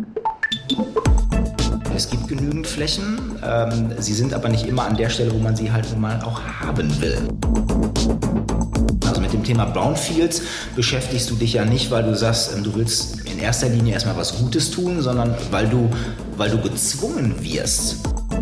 Es gibt genügend Flächen, sie sind aber nicht immer an der Stelle, wo man sie halt nun mal auch haben will. Also mit dem Thema Brownfields beschäftigst du dich ja nicht, weil du sagst, du willst in erster Linie erstmal was Gutes tun, sondern weil du gezwungen wirst.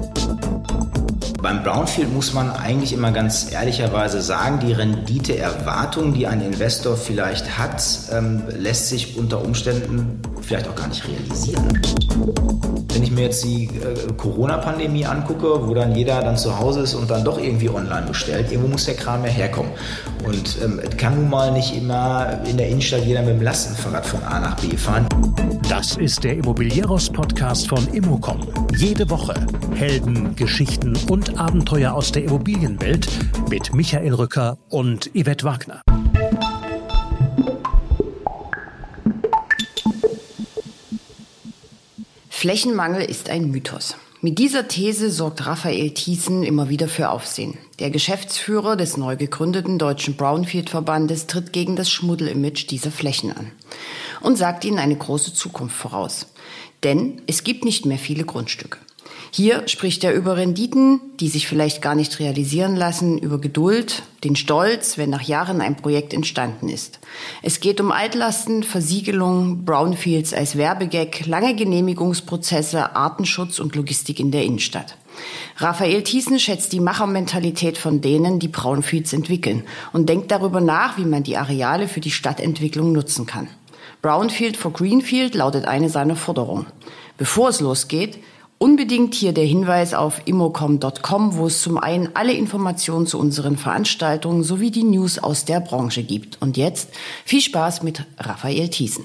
Beim Brownfield muss man eigentlich immer ganz ehrlicherweise sagen, die Renditeerwartung, die ein Investor vielleicht hat, lässt sich unter Umständen vielleicht auch gar nicht realisieren. Wenn ich mir jetzt die Corona-Pandemie angucke, wo dann jeder dann zu Hause ist und dann doch irgendwie online bestellt, irgendwo muss der Kram ja herkommen. Und es kann nun mal nicht immer in der Innenstadt jeder mit dem Lastenfahrrad von A nach B fahren. Das ist der Immobilieros-Podcast von Immocom. Jede Woche Helden, Geschichten und Abenteuer aus der Immobilienwelt mit Michael Rücker und Yvette Wagner. Flächenmangel ist ein Mythos. Mit dieser These sorgt Raphael Thiessen immer wieder für Aufsehen. Der Geschäftsführer des neu gegründeten Deutschen Brownfield-Verbandes tritt gegen das Schmuddelimage dieser Flächen an und sagt ihnen eine große Zukunft voraus. Denn es gibt nicht mehr viele Grundstücke. Hier spricht er über Renditen, die sich vielleicht gar nicht realisieren lassen, über Geduld, den Stolz, wenn nach Jahren ein Projekt entstanden ist. Es geht um Altlasten, Versiegelung, Brownfields als Werbegag, lange Genehmigungsprozesse, Artenschutz und Logistik in der Innenstadt. Raphael Thiessen schätzt die Machermentalität von denen, die Brownfields entwickeln und denkt darüber nach, wie man die Areale für die Stadtentwicklung nutzen kann. Brownfield for Greenfield lautet eine seiner Forderungen. Bevor es losgeht, unbedingt hier der Hinweis auf immocom.com, wo es zum einen alle Informationen zu unseren Veranstaltungen sowie die News aus der Branche gibt. Und jetzt viel Spaß mit Raphael Thiessen.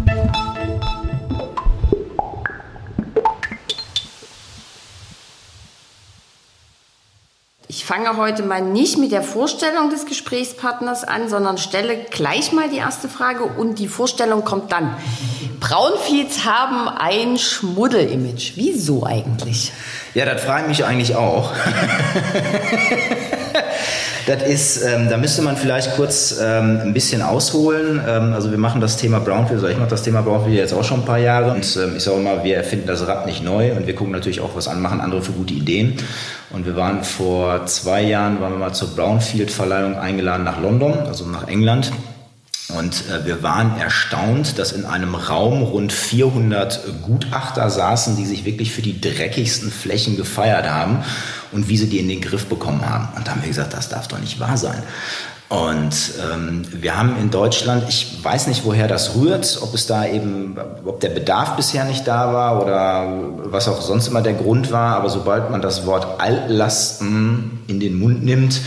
Ich fange heute mal nicht mit der Vorstellung des Gesprächspartners an, sondern stelle gleich mal die erste Frage und die Vorstellung kommt dann. Brownfields haben ein Schmuddelimage. Wieso eigentlich? Ja, das frage ich mich eigentlich auch. Das ist, da müsste man vielleicht kurz ein bisschen ausholen. Also wir machen das Thema Brownfield, ich mache das Thema Brownfield jetzt auch schon ein paar Jahre. Und ich sage immer, wir erfinden das Rad nicht neu und wir gucken natürlich auch, was machen andere für gute Ideen. Und wir waren vor 2 Jahren, waren wir mal zur Brownfield-Verleihung eingeladen nach London, also nach England. Und wir waren erstaunt, dass in einem Raum rund 400 Gutachter saßen, die sich wirklich für die dreckigsten Flächen gefeiert haben und wie sie die in den Griff bekommen haben. Und da haben wir gesagt, das darf doch nicht wahr sein. Und wir haben in Deutschland, ich weiß nicht, woher das rührt, ob der Bedarf bisher nicht da war oder was auch sonst immer der Grund war, aber sobald man das Wort Altlasten in den Mund nimmt,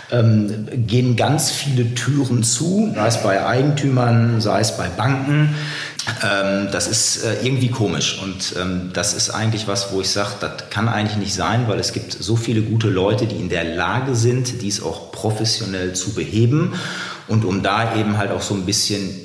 gehen ganz viele Türen zu, sei es bei Eigentümern, sei es bei Banken. Das ist irgendwie komisch und das ist eigentlich was, wo ich sage, das kann eigentlich nicht sein, weil es gibt so viele gute Leute, die in der Lage sind, dies auch professionell zu beheben. Und um da eben halt auch so ein bisschen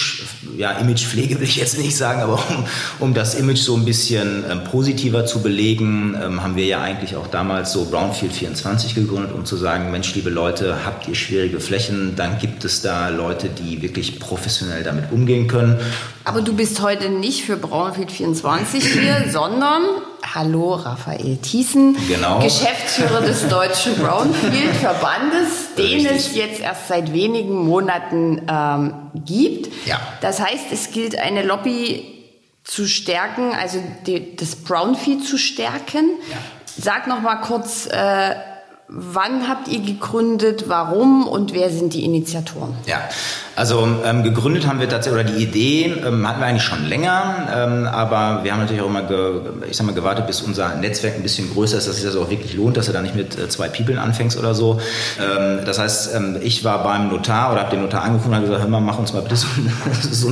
Imagepflege will ich jetzt nicht sagen, aber um das Image so ein bisschen positiver zu belegen, haben wir ja eigentlich auch damals so Brownfield 24 gegründet, um zu sagen, Mensch, liebe Leute, habt ihr schwierige Flächen, dann gibt es da Leute, die wirklich professionell damit umgehen können. Aber du bist heute nicht für Brownfield 24 hier, sondern, hallo, Raphael Thiessen, genau. Geschäftsführer des Deutschen Brownfield-Verbandes, den es jetzt erst seit wenigen Monaten gibt. Ja. Das heißt, es gilt eine Lobby zu stärken, also das Brownfield zu stärken. Ja. Sag noch mal kurz, wann habt ihr gegründet, warum und wer sind die Initiatoren? Ja, also gegründet haben wir tatsächlich, oder die Idee hatten wir eigentlich schon länger, aber wir haben natürlich auch immer gewartet, bis unser Netzwerk ein bisschen größer ist, dass sich das auch wirklich lohnt, dass du da nicht mit 2 People anfängst oder so. Das heißt, ich war beim Notar oder habe den Notar angerufen und habe gesagt, hör mal, mach uns mal bitte so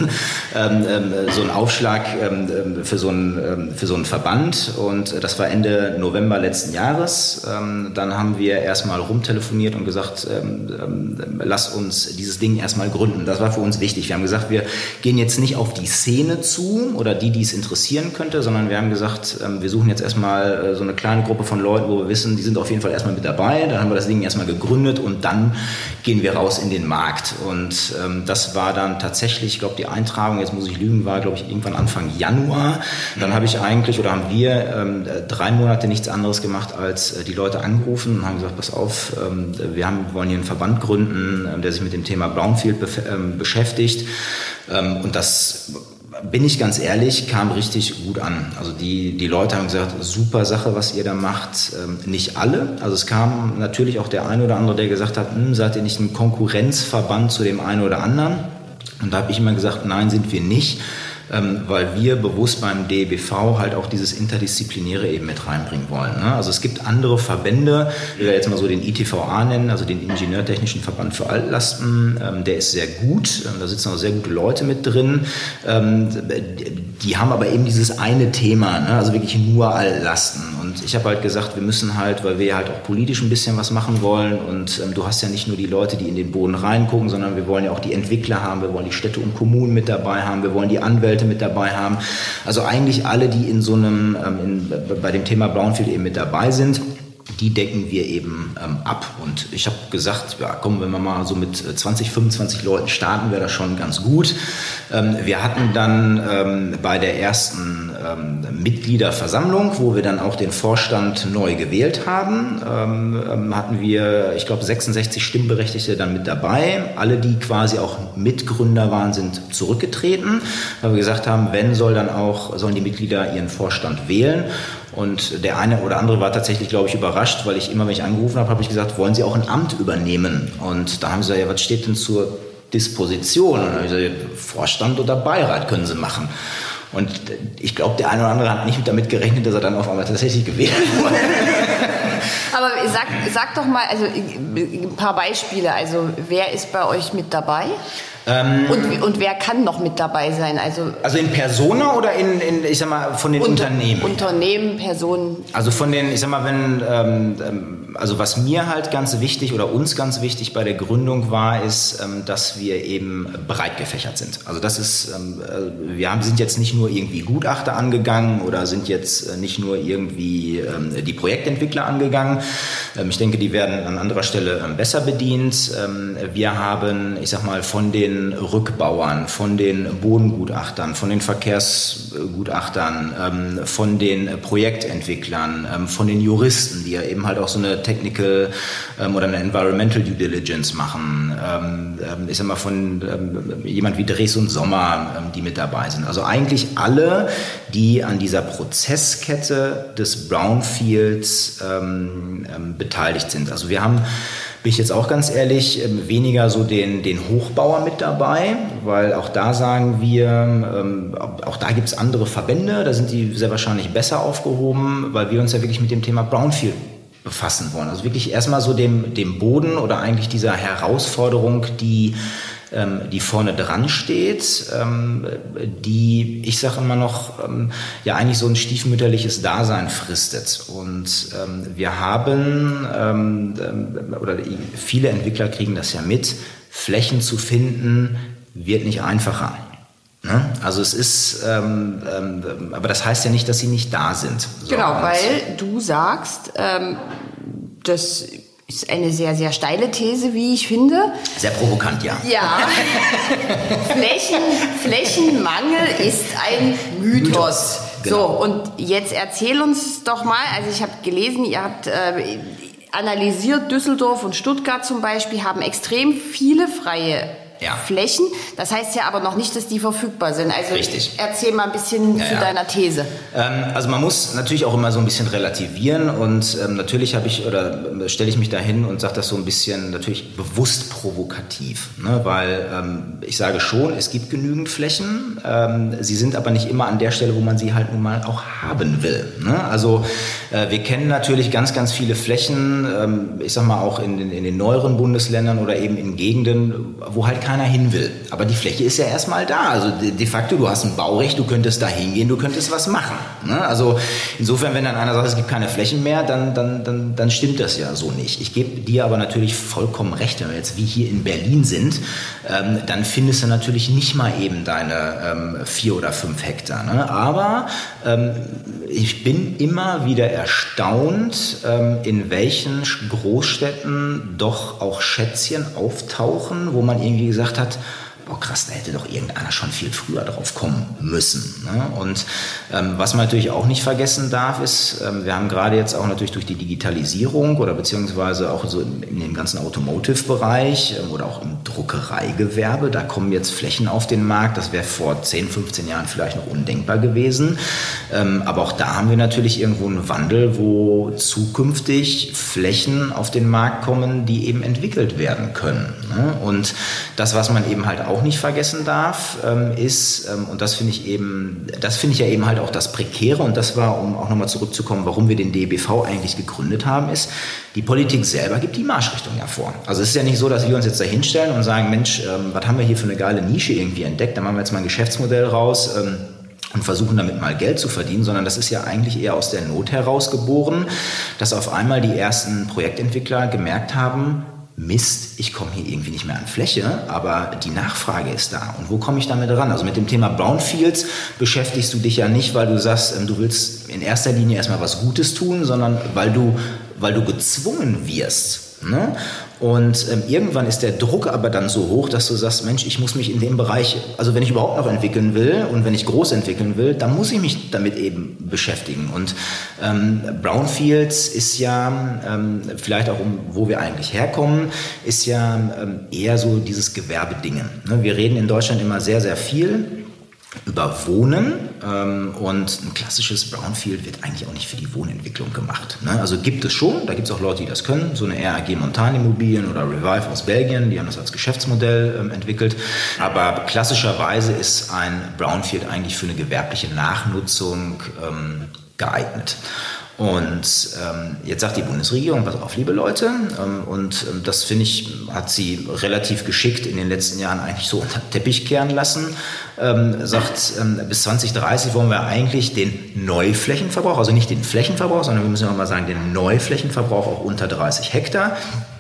einen Aufschlag für so einen Verband, und das war Ende November letzten Jahres. Dann haben wir erstmal rumtelefoniert und gesagt, lass uns dieses Ding erstmal erstmal gründen. Das war für uns wichtig. Wir haben gesagt, wir gehen jetzt nicht auf die Szene zu oder die es interessieren könnte, sondern wir haben gesagt, wir suchen jetzt erstmal so eine kleine Gruppe von Leuten, wo wir wissen, die sind auf jeden Fall erstmal mit dabei. Dann haben wir das Ding erstmal gegründet und dann gehen wir raus in den Markt. Und das war dann tatsächlich, ich glaube, die Eintragung, jetzt muss ich lügen, war, glaube ich, irgendwann Anfang Januar. Dann haben wir 3 Monate nichts anderes gemacht, als die Leute angerufen und haben gesagt, pass auf, wir wollen hier einen Verband gründen, der sich mit dem Thema Brownfield beschäftigt. Und das, bin ich ganz ehrlich, kam richtig gut an. Also die Leute haben gesagt, super Sache, was ihr da macht. Nicht alle. Also es kam natürlich auch der eine oder andere, der gesagt hat, seid ihr nicht ein Konkurrenzverband zu dem einen oder anderen? Und da habe ich immer gesagt, nein, sind wir nicht. Weil wir bewusst beim DEBV halt auch dieses Interdisziplinäre eben mit reinbringen wollen. Also es gibt andere Verbände, wie wir jetzt mal so den ITVA nennen, also den Ingenieurtechnischen Verband für Altlasten, der ist sehr gut, da sitzen auch sehr gute Leute mit drin, die haben aber eben dieses eine Thema, also wirklich nur Altlasten. Und ich habe halt gesagt, wir müssen halt, weil wir halt auch politisch ein bisschen was machen wollen und du hast ja nicht nur die Leute, die in den Boden reingucken, sondern wir wollen ja auch die Entwickler haben, wir wollen die Städte und Kommunen mit dabei haben, wir wollen die Anwälte mit dabei haben. Also eigentlich alle, die in so einem, bei dem Thema Brownfield eben mit dabei sind, die decken wir eben ab. Und ich habe gesagt, ja komm, wenn wir mal so mit 20, 25 Leuten starten, wäre das schon ganz gut. Wir hatten dann bei der ersten Mitgliederversammlung, wo wir dann auch den Vorstand neu gewählt haben, hatten wir, ich glaube, 66 Stimmberechtigte dann mit dabei. Alle, die quasi auch Mitgründer waren, sind zurückgetreten, weil wir gesagt haben, sollen die Mitglieder ihren Vorstand wählen. Und der eine oder andere war tatsächlich, glaube ich, überrascht, weil ich immer, wenn ich angerufen habe, habe ich gesagt, wollen Sie auch ein Amt übernehmen? Und da haben sie gesagt, ja, was steht denn zur Disposition? Und dann habe ich gesagt, Vorstand oder Beirat können Sie machen. Und ich glaube, der eine oder andere hat nicht damit gerechnet, dass er dann auf einmal tatsächlich gewählt wurde. Aber sag doch mal, also ein paar Beispiele. Also wer ist bei euch mit dabei? Und wer kann noch mit dabei sein? Also in Persona oder in ich sag mal, von den Unternehmen? Unternehmen, Personen. Also von den, ich sag mal, also was mir halt ganz wichtig oder uns ganz wichtig bei der Gründung war, ist, dass wir eben breit gefächert sind. Also das ist, sind jetzt nicht nur irgendwie Gutachter angegangen oder sind jetzt nicht nur irgendwie die Projektentwickler angegangen. Ich denke, die werden an anderer Stelle besser bedient. Wir haben, ich sag mal, von den Rückbauern, von den Bodengutachtern, von den Verkehrsgutachtern, von den Projektentwicklern, von den Juristen, die ja eben halt auch so eine Technical oder eine Environmental Due Diligence machen. Ich sag mal, von jemand wie Dres und Sommer, die mit dabei sind. Also eigentlich alle, die an dieser Prozesskette des Brownfields beteiligt sind. Also wir haben, bin ich jetzt auch ganz ehrlich, weniger so den Hochbauer mit dabei, weil auch da sagen wir, auch da gibt es andere Verbände, da sind die sehr wahrscheinlich besser aufgehoben, weil wir uns ja wirklich mit dem Thema Brownfield befassen wollen. Also wirklich erstmal so dem Boden oder eigentlich dieser Herausforderung, die vorne dran steht, die, ich sage immer noch, ja eigentlich so ein stiefmütterliches Dasein fristet. Und wir haben, oder viele Entwickler kriegen das ja mit, Flächen zu finden, wird nicht einfacher. Ne? Also es ist, aber das heißt ja nicht, dass sie nicht da sind. So, genau, weil du sagst, das ist eine sehr, sehr steile These, wie ich finde. Sehr provokant, ja. Ja. Flächenmangel ist ein Mythos. Genau. So, und jetzt erzähl uns doch mal, also ich habe gelesen, ihr habt analysiert, Düsseldorf und Stuttgart zum Beispiel haben extrem viele freie Flächen. Das heißt ja aber noch nicht, dass die verfügbar sind. Also richtig. Erzähl mal ein bisschen zu deiner These. Also man muss natürlich auch immer so ein bisschen relativieren und natürlich stelle ich mich da hin und sage das so ein bisschen natürlich bewusst provokativ, ne? Weil ich sage schon, es gibt genügend Flächen, sie sind aber nicht immer an der Stelle, wo man sie halt nun mal auch haben will, ne? Also wir kennen natürlich ganz, ganz viele Flächen, ich sag mal auch in den neueren Bundesländern oder eben in Gegenden, wo halt keiner keiner hin will. Aber die Fläche ist ja erstmal da. Also de facto, du hast ein Baurecht, du könntest da hingehen, du könntest was machen. Ne? Also insofern, wenn dann einer sagt, es gibt keine Flächen mehr, dann stimmt das ja so nicht. Ich gebe dir aber natürlich vollkommen recht, wenn wir jetzt wie hier in Berlin sind, dann findest du natürlich nicht mal eben deine 4 oder 5 Hektar. Ne? Aber ich bin immer wieder erstaunt, in welchen Großstädten doch auch Schätzchen auftauchen, wo man irgendwie gesagt hat, boah krass, da hätte doch irgendeiner schon viel früher drauf kommen müssen. Ne? Und was man natürlich auch nicht vergessen darf, ist, wir haben gerade jetzt auch natürlich durch die Digitalisierung oder beziehungsweise auch so in dem ganzen Automotive-Bereich oder auch im Druckereigewerbe, da kommen jetzt Flächen auf den Markt, das wäre vor 10, 15 Jahren vielleicht noch undenkbar gewesen. Aber auch da haben wir natürlich irgendwo einen Wandel, wo zukünftig Flächen auf den Markt kommen, die eben entwickelt werden können. Ne? Und das, was man eben halt auch nicht vergessen darf, ist, und das finde ich ja eben halt auch das Prekäre, und das war, um auch nochmal zurückzukommen, warum wir den DEBV eigentlich gegründet haben, ist, die Politik selber gibt die Marschrichtung ja vor. Also es ist ja nicht so, dass wir uns jetzt da hinstellen und sagen, Mensch, was haben wir hier für eine geile Nische irgendwie entdeckt, da machen wir jetzt mal ein Geschäftsmodell raus, und versuchen damit mal Geld zu verdienen, sondern das ist ja eigentlich eher aus der Not heraus geboren, dass auf einmal die ersten Projektentwickler gemerkt haben, Mist, ich komme hier irgendwie nicht mehr an Fläche, aber die Nachfrage ist da. Und wo komme ich damit ran? Also mit dem Thema Brownfields beschäftigst du dich ja nicht, weil du sagst, du willst in erster Linie erstmal was Gutes tun, sondern weil du gezwungen wirst. Ne? Und irgendwann ist der Druck aber dann so hoch, dass du sagst, Mensch, ich muss mich in dem Bereich, also wenn ich überhaupt noch entwickeln will und wenn ich groß entwickeln will, dann muss ich mich damit eben beschäftigen. Und Brownfields ist ja, vielleicht auch wo wir eigentlich herkommen, ist ja eher so dieses Gewerbedingen. Ne? Wir reden in Deutschland immer sehr, sehr viel über Wohnen und ein klassisches Brownfield wird eigentlich auch nicht für die Wohnentwicklung gemacht. Ne? Also gibt es schon, da gibt es auch Leute, die das können, so eine RAG Montan Immobilien oder Revive aus Belgien, die haben das als Geschäftsmodell entwickelt. Aber klassischerweise ist ein Brownfield eigentlich für eine gewerbliche Nachnutzung geeignet. Und jetzt sagt die Bundesregierung, pass auf, liebe Leute, und das finde ich, hat sie relativ geschickt in den letzten Jahren eigentlich so unter den Teppich kehren lassen, sagt, bis 2030 wollen wir eigentlich den Neuflächenverbrauch, also nicht den Flächenverbrauch, sondern wir müssen auch mal sagen, den Neuflächenverbrauch auch unter 30 Hektar.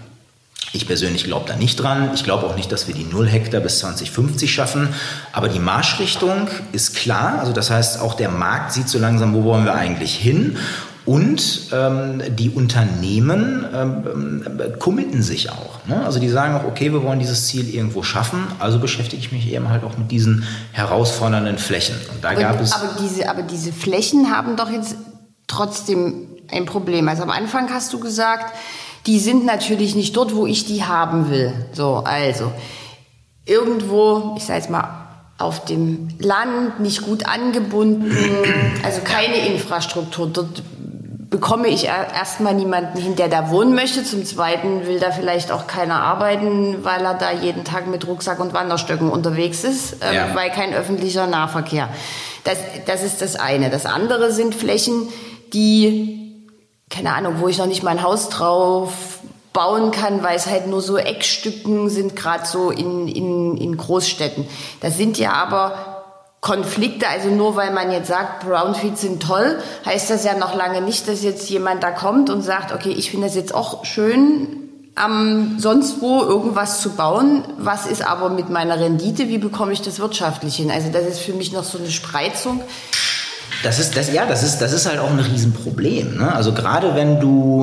Ich persönlich glaube da nicht dran. Ich glaube auch nicht, dass wir die 0 Hektar bis 2050 schaffen. Aber die Marschrichtung ist klar. Also das heißt, auch der Markt sieht so langsam, wo wollen wir eigentlich hin. Und die Unternehmen committen sich auch. Ne? Also die sagen auch, okay, wir wollen dieses Ziel irgendwo schaffen. Also beschäftige ich mich eben halt auch mit diesen herausfordernden Flächen. Und da gab es... Aber diese Flächen haben doch jetzt trotzdem ein Problem. Also am Anfang hast du gesagt, die sind natürlich nicht dort, wo ich die haben will. So, also irgendwo, ich sage jetzt mal, auf dem Land, nicht gut angebunden, also keine Infrastruktur. Dort bekomme ich erstmal niemanden hin, der da wohnen möchte. Zum Zweiten will da vielleicht auch keiner arbeiten, weil er da jeden Tag mit Rucksack und Wanderstöcken unterwegs ist, weil kein öffentlicher Nahverkehr. Das ist das eine. Das andere sind Flächen, die, keine Ahnung, wo ich noch nicht mein Haus drauf bauen kann, weil es halt nur so Eckstücken sind, gerade so in Großstädten. Das sind ja aber Konflikte, also nur weil man jetzt sagt, Brownfields sind toll, heißt das ja noch lange nicht, dass jetzt jemand da kommt und sagt, okay, ich finde das jetzt auch schön, sonst wo irgendwas zu bauen. Was ist aber mit meiner Rendite? Wie bekomme ich das wirtschaftlich hin? Also das ist für mich noch so eine Spreizung. Das ist halt auch ein Riesenproblem. Ne? Also gerade wenn du,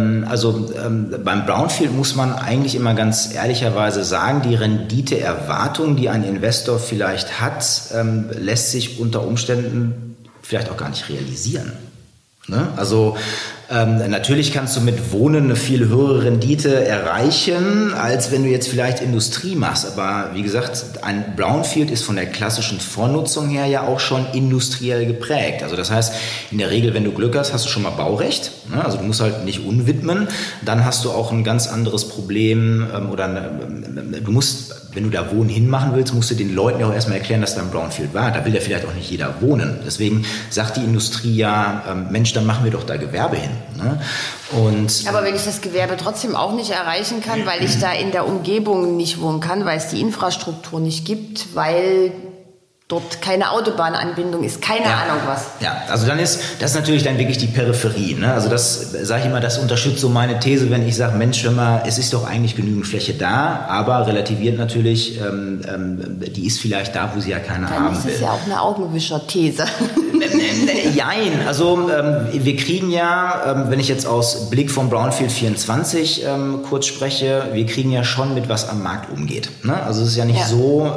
beim Brownfield muss man eigentlich immer ganz ehrlicherweise sagen, die Renditeerwartung, die ein Investor vielleicht hat, lässt sich unter Umständen vielleicht auch gar nicht realisieren. Ne? Also natürlich kannst du mit Wohnen eine viel höhere Rendite erreichen, als wenn du jetzt vielleicht Industrie machst. Aber wie gesagt, ein Brownfield ist von der klassischen Vornutzung her ja auch schon industriell geprägt. Also das heißt, in der Regel, wenn du Glück hast, hast du schon mal Baurecht. Ne? Also du musst halt nicht unwidmen. Dann hast du auch ein ganz anderes Problem. Du musst, wenn du da Wohnen hinmachen willst, musst du den Leuten ja auch erstmal erklären, dass da ein Brownfield war. Da will ja vielleicht auch nicht jeder wohnen. Deswegen sagt die Industrie ja, Mensch, dann machen wir doch da Gewerbe hin. Ne? Aber wenn ich das Gewerbe trotzdem auch nicht erreichen kann, weil ich da in der Umgebung nicht wohnen kann, weil es die Infrastruktur nicht gibt, weil dort keine Autobahnanbindung ist, keine Ahnung was. Ja, also dann ist das natürlich dann wirklich die Peripherie. Ne? Also das sage ich immer, das unterstützt so meine These, wenn ich sage, Mensch, hör mal, es ist doch eigentlich genügend Fläche da, aber relativiert natürlich, die ist vielleicht da, wo sie ja keiner dann haben will. Das ist ja auch eine Augenwischer-These. Jein, also wir kriegen ja, wenn ich jetzt aus Blick vom Brownfield 24 kurz spreche, wir kriegen ja schon mit, was am Markt umgeht. Ne? Also es ist ja nicht so,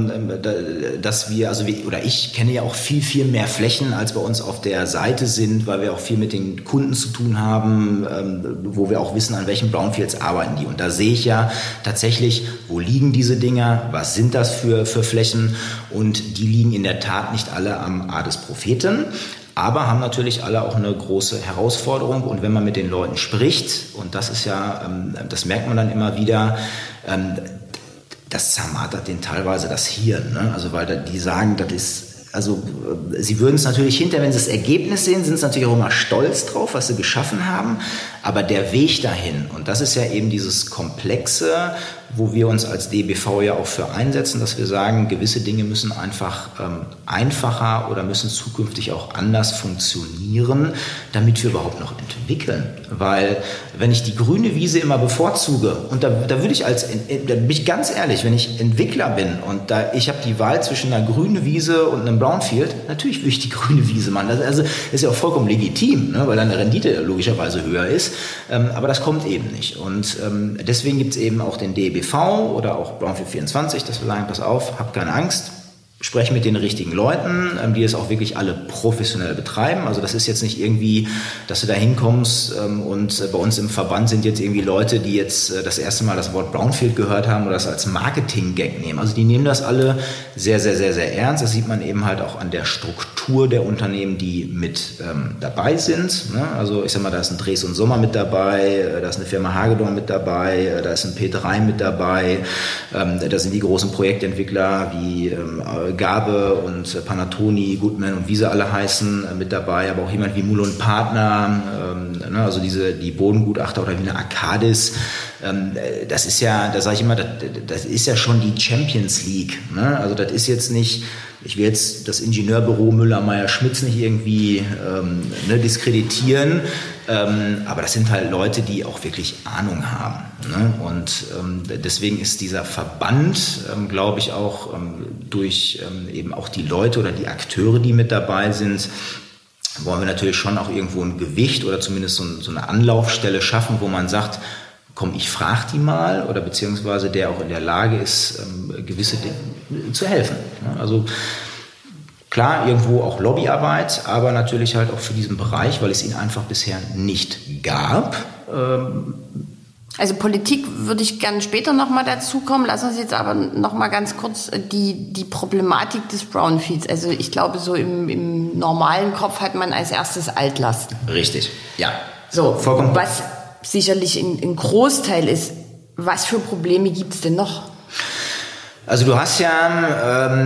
dass wir, oder ich kenne ja auch viel, viel mehr Flächen, als bei uns auf der Seite sind, weil wir auch viel mit den Kunden zu tun haben, wo wir auch wissen, an welchen Brownfields arbeiten die. Und da sehe ich ja tatsächlich, wo liegen diese Dinger, was sind das für Flächen, und die liegen in der Tat nicht alle am A des Propheten, aber haben natürlich alle auch eine große Herausforderung. Und wenn man mit den Leuten spricht, und das ist ja, das merkt man dann immer wieder, das zermartert denen teilweise das Hirn, ne? Also weil die sagen, das ist, also sie würden es natürlich hinterher, wenn sie das Ergebnis sehen, sind sie natürlich auch immer stolz drauf, was sie geschaffen haben, aber der Weg dahin, und das ist ja eben dieses Komplexe, wo wir uns als DBV ja auch für einsetzen, dass wir sagen, gewisse Dinge müssen einfach einfacher oder müssen zukünftig auch anders funktionieren, damit wir überhaupt noch entwickeln. Weil wenn ich die grüne Wiese immer bevorzuge, und da würde ich da bin ich ganz ehrlich, wenn ich Entwickler bin und ich habe die Wahl zwischen einer grünen Wiese und einem Brownfield, natürlich würde ich die grüne Wiese machen. Das ist ja auch vollkommen legitim, ne, weil dann eine Rendite logischerweise höher ist. Aber das kommt eben nicht. Und deswegen gibt es eben auch den DBV oder auch Brownfield 24, dass wir sagen, pass auf, habt keine Angst, spreche mit den richtigen Leuten, die es auch wirklich alle professionell betreiben. Also das ist jetzt nicht irgendwie, dass du da hinkommst und bei uns im Verband sind jetzt irgendwie Leute, die jetzt das erste Mal das Wort Brownfield gehört haben oder das als Marketing-Gag nehmen. Also die nehmen das alle sehr, sehr, sehr, sehr ernst. Das sieht man eben halt auch an der Struktur der Unternehmen, die mit dabei sind. Ne? Also ich sag mal, da ist ein Dres und Sommer mit dabei, da ist eine Firma Hagedorn mit dabei, da ist ein P3 mit dabei, da sind die großen Projektentwickler wie Gabe und Panattoni, Goodman und wie sie alle heißen mit dabei, aber auch jemand wie Muhl und Partner, also die Bodengutachter oder wie eine Arcadis. Das ist ja, da sage ich immer, das ist ja schon die Champions League. Ne? Also das ist jetzt nicht, ich will jetzt das Ingenieurbüro Müller-Meyer-Schmitz nicht irgendwie diskreditieren, aber das sind halt Leute, die auch wirklich Ahnung haben. Ne? Und deswegen ist dieser Verband, glaube ich, auch durch eben auch die Leute oder die Akteure, die mit dabei sind, wollen wir natürlich schon auch irgendwo ein Gewicht oder zumindest so eine Anlaufstelle schaffen, wo man sagt, komm, ich frage die mal, oder beziehungsweise der auch in der Lage ist, gewisse Dinge zu helfen. Also klar, irgendwo auch Lobbyarbeit, aber natürlich halt auch für diesen Bereich, weil es ihn einfach bisher nicht gab. Also Politik würde ich gerne später nochmal dazu kommen. Lass uns jetzt aber nochmal ganz kurz die Problematik des Brownfields. Also ich glaube, so im normalen Kopf hat man als erstes Altlasten. Richtig, ja. So, vollkommen. Was sicherlich ein Großteil ist, was für Probleme gibt es denn noch? Also du hast ja,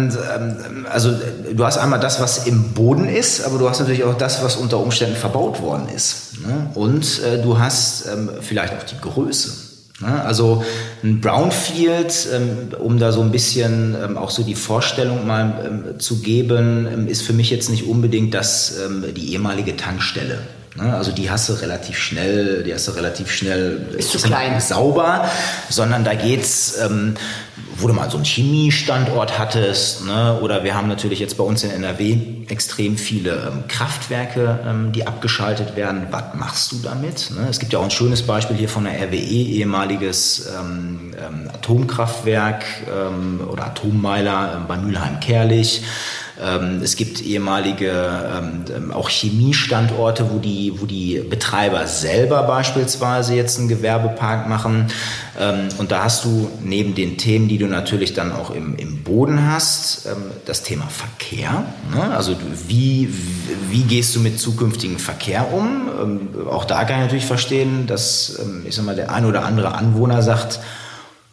du hast einmal das, was im Boden ist, aber du hast natürlich auch das, was unter Umständen verbaut worden ist. Ne? Und du hast vielleicht auch die Größe. Ne? Also ein Brownfield, um da so ein bisschen auch so die Vorstellung mal zu geben, ist für mich jetzt nicht unbedingt die ehemalige Tankstelle. Also die hast du relativ schnell, ist zu klein, sauber, sondern da geht's, wo du mal so einen Chemiestandort hattest, ne? Oder wir haben natürlich jetzt bei uns in NRW extrem viele Kraftwerke, die abgeschaltet werden. Was machst du damit? Ne? Es gibt ja auch ein schönes Beispiel hier von der RWE, ehemaliges Atomkraftwerk oder Atommeiler bei Mülheim-Kärlich. Es gibt ehemalige auch Chemiestandorte, wo die Betreiber selber beispielsweise jetzt einen Gewerbepark machen. Und da hast du neben den Themen, die du natürlich dann auch im Boden hast, das Thema Verkehr. Ne? Also wie gehst du mit zukünftigem Verkehr um? Auch da kann ich natürlich verstehen, dass ich sag mal, der ein oder andere Anwohner sagt,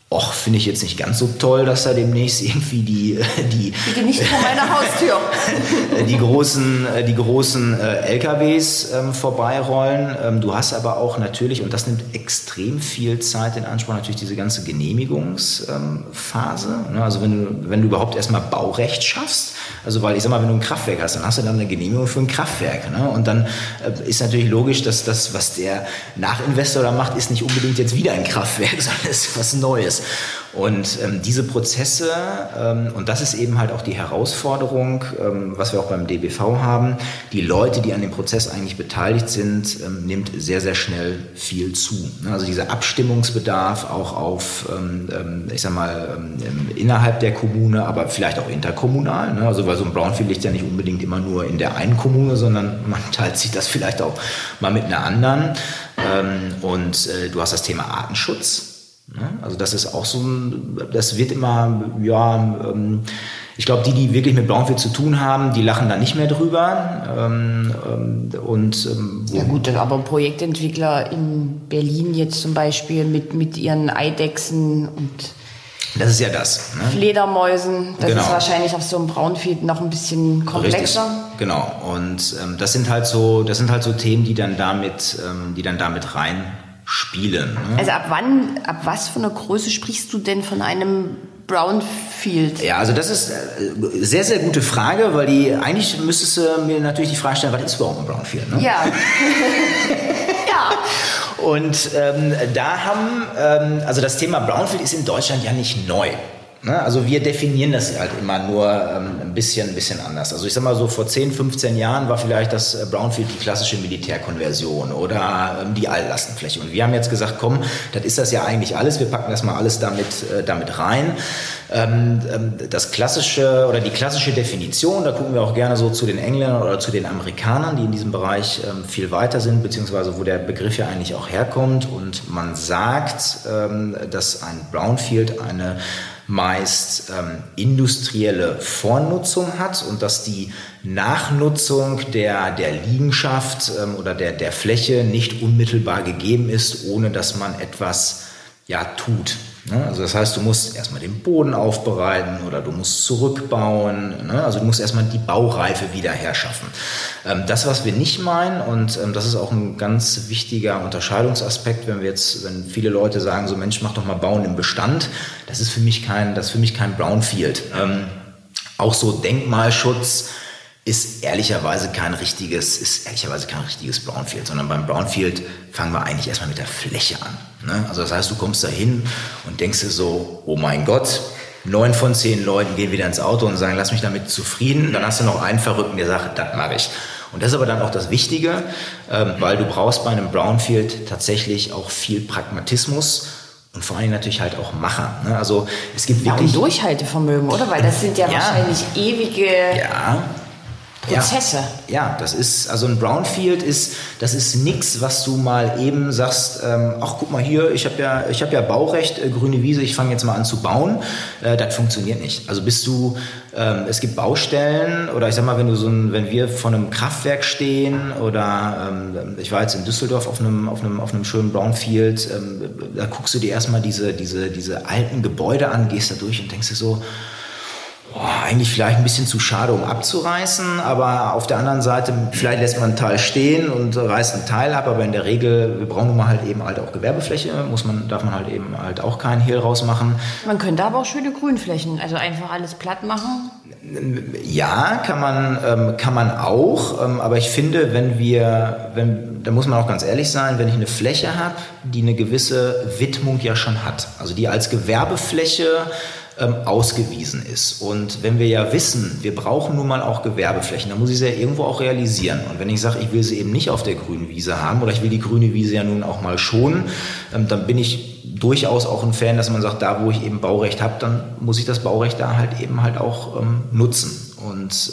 Och, finde ich jetzt nicht ganz so toll, dass da demnächst irgendwie Bitte nicht vor meiner Haustür. die großen LKWs vorbeirollen. Du hast aber auch natürlich, und das nimmt extrem viel Zeit in Anspruch, natürlich diese ganze Genehmigungsphase. Also wenn du überhaupt erstmal Baurecht schaffst, also weil ich sag mal, wenn du ein Kraftwerk hast, dann hast du dann eine Genehmigung für ein Kraftwerk. Ne? Und dann ist natürlich logisch, dass das, was der Nachinvestor da macht, ist nicht unbedingt jetzt wieder ein Kraftwerk, sondern ist was Neues. Und diese Prozesse, und das ist eben halt auch die Herausforderung, was wir auch beim DBV haben, die Leute, die an dem Prozess eigentlich beteiligt sind, nimmt sehr, sehr schnell viel zu. Also dieser Abstimmungsbedarf auch auf, ich sag mal, innerhalb der Kommune, aber vielleicht auch interkommunal. Ne? Also weil so ein Brownfield liegt ja nicht unbedingt immer nur in der einen Kommune, sondern man teilt sich das vielleicht auch mal mit einer anderen. Und du hast das Thema Artenschutz. Also das ist auch so das wird immer, ich glaube, die wirklich mit Brownfield zu tun haben, die lachen da nicht mehr drüber. Ja gut, aber Projektentwickler in Berlin jetzt zum Beispiel mit ihren Eidechsen und das ist ja das. Ne? Fledermäusen, das genau. ist wahrscheinlich auf so einem Brownfield noch ein bisschen komplexer. Richtig. Genau, und das sind halt so Themen, die dann damit rein spielen. Ne? Also ab was von der Größe sprichst du denn von einem Brownfield? Ja, also das ist eine sehr, sehr gute Frage, weil eigentlich müsstest du mir natürlich die Frage stellen, was ist überhaupt ein Brownfield? Ne? Ja. Ja. Und also das Thema Brownfield ist in Deutschland ja nicht neu. Also wir definieren das halt immer nur ein bisschen anders. Also ich sag mal so, vor 10, 15 Jahren war vielleicht das Brownfield die klassische Militärkonversion oder die Alllastenfläche. Und wir haben jetzt gesagt, komm, das ist das ja eigentlich alles. Wir packen das mal alles damit rein. Das klassische oder die klassische Definition, da gucken wir auch gerne so zu den Engländern oder zu den Amerikanern, die in diesem Bereich viel weiter sind, beziehungsweise wo der Begriff ja eigentlich auch herkommt. Und man sagt, dass ein Brownfield eine meist industrielle Vornutzung hat und dass die Nachnutzung der Liegenschaft oder der Fläche nicht unmittelbar gegeben ist, ohne dass man etwas tut. Also das heißt, du musst erstmal den Boden aufbereiten oder du musst zurückbauen. Also du musst erstmal die Baureife wieder herschaffen. Das, was wir nicht meinen, und das ist auch ein ganz wichtiger Unterscheidungsaspekt, wenn viele Leute sagen, so Mensch, mach doch mal Bauen im Bestand, das ist für mich kein Brownfield. Auch so Denkmalschutz ist ehrlicherweise kein richtiges Brownfield, sondern beim Brownfield fangen wir eigentlich erstmal mit der Fläche an. Ne? Also das heißt, du kommst da hin und denkst dir so, oh mein Gott, 9 von 10 Leuten gehen wieder ins Auto und sagen, lass mich damit zufrieden. Dann hast du noch einen Verrückten, der sagt, das mache ich. Und das ist aber dann auch das Wichtige, weil du brauchst bei einem Brownfield tatsächlich auch viel Pragmatismus. Und vor allem natürlich halt auch Macher. Ne? Also es gibt wirklich Durchhaltevermögen, oder? Weil das sind ja wahrscheinlich ewige Prozesse. Ja, das ist, also ein Brownfield das ist nichts, was du mal eben sagst, ach guck mal hier, ich hab ja Baurecht, grüne Wiese, ich fange jetzt mal an zu bauen. Das funktioniert nicht. Also es gibt Baustellen oder ich sag mal, wenn wir vor einem Kraftwerk stehen oder ich war jetzt in Düsseldorf auf einem schönen Brownfield, da guckst du dir erstmal diese alten Gebäude an, gehst da durch und denkst dir so, eigentlich vielleicht ein bisschen zu schade, um abzureißen, aber auf der anderen Seite, vielleicht lässt man einen Teil stehen und reißt einen Teil ab, aber in der Regel, wir brauchen nun mal halt eben halt auch Gewerbefläche, darf man halt eben halt auch keinen Hehl rausmachen. Man könnte aber auch schöne Grünflächen, also einfach alles platt machen. Ja, kann man auch, aber ich finde, da muss man auch ganz ehrlich sein, wenn ich eine Fläche habe, die eine gewisse Widmung ja schon hat, also die als Gewerbefläche ausgewiesen ist. Und wenn wir ja wissen, wir brauchen nun mal auch Gewerbeflächen, dann muss ich sie ja irgendwo auch realisieren. Und wenn ich sage, ich will sie eben nicht auf der grünen Wiese haben oder ich will die grüne Wiese ja nun auch mal schonen, dann bin ich durchaus auch ein Fan, dass man sagt, da wo ich eben Baurecht habe, dann muss ich das Baurecht da halt eben halt auch nutzen. Und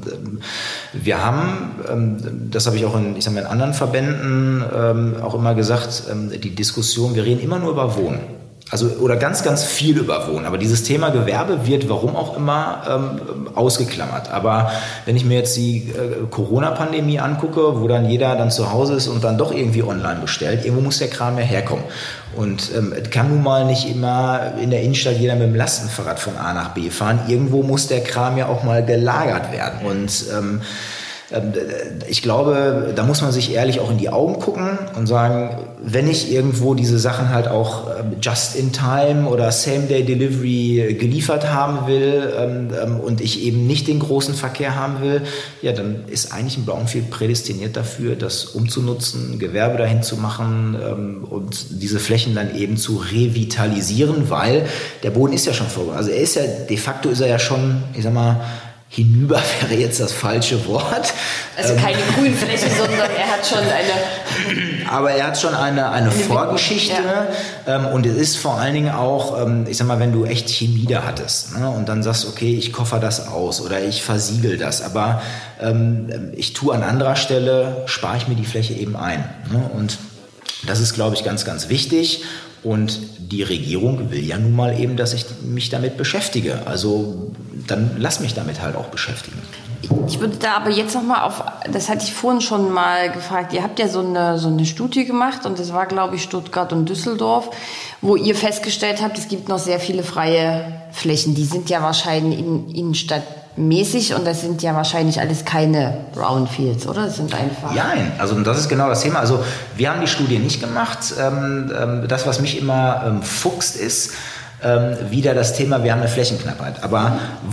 wir haben, das habe ich auch in anderen Verbänden auch immer gesagt, die Diskussion, wir reden immer nur über Wohnen. oder ganz, ganz viel über Wohnen. Aber dieses Thema Gewerbe wird, warum auch immer, ausgeklammert. Aber wenn ich mir jetzt die Corona-Pandemie angucke, wo dann jeder dann zu Hause ist und dann doch irgendwie online bestellt, irgendwo muss der Kram ja herkommen. Und es kann nun mal nicht immer in der Innenstadt jeder mit dem Lastenfahrrad von A nach B fahren. Irgendwo muss der Kram ja auch mal gelagert werden. Und ich glaube, da muss man sich ehrlich auch in die Augen gucken und sagen, wenn ich irgendwo diese Sachen halt auch just in time oder Same-Day-Delivery geliefert haben will und ich eben nicht den großen Verkehr haben will, ja, dann ist eigentlich ein Brownfield prädestiniert dafür, das umzunutzen, Gewerbe dahin zu machen und diese Flächen dann eben zu revitalisieren, weil der Boden ist ja schon vorgekommen. Also de facto ist er ja schon, ich sag mal, hinüber wäre jetzt das falsche Wort. Also keine Grünfläche, sondern er hat schon eine... Aber er hat schon eine Vorgeschichte, ja. Und es ist vor allen Dingen auch, ich sag mal, wenn du echt Chemie da hattest, ne, und dann sagst, okay, ich koffer das aus oder ich versiegel das, aber ich tue an anderer Stelle, spare ich mir die Fläche eben ein. Ne, und das ist, glaube ich, ganz, ganz wichtig. Und die Regierung will ja nun mal eben, dass ich mich damit beschäftige. Also dann lass mich damit halt auch beschäftigen. Ich würde da aber jetzt nochmal das hatte ich vorhin schon mal gefragt, ihr habt ja so eine Studie gemacht und das war, glaube ich, Stuttgart und Düsseldorf, wo ihr festgestellt habt, es gibt noch sehr viele freie Flächen. Die sind ja wahrscheinlich innenstadtmäßig und das sind ja wahrscheinlich alles keine Brownfields, oder? Das sind einfach... Nein, also das ist genau das Thema. Also wir haben die Studie nicht gemacht. Das, was mich immer fuchst, ist wieder das Thema, wir haben eine Flächenknappheit. Aber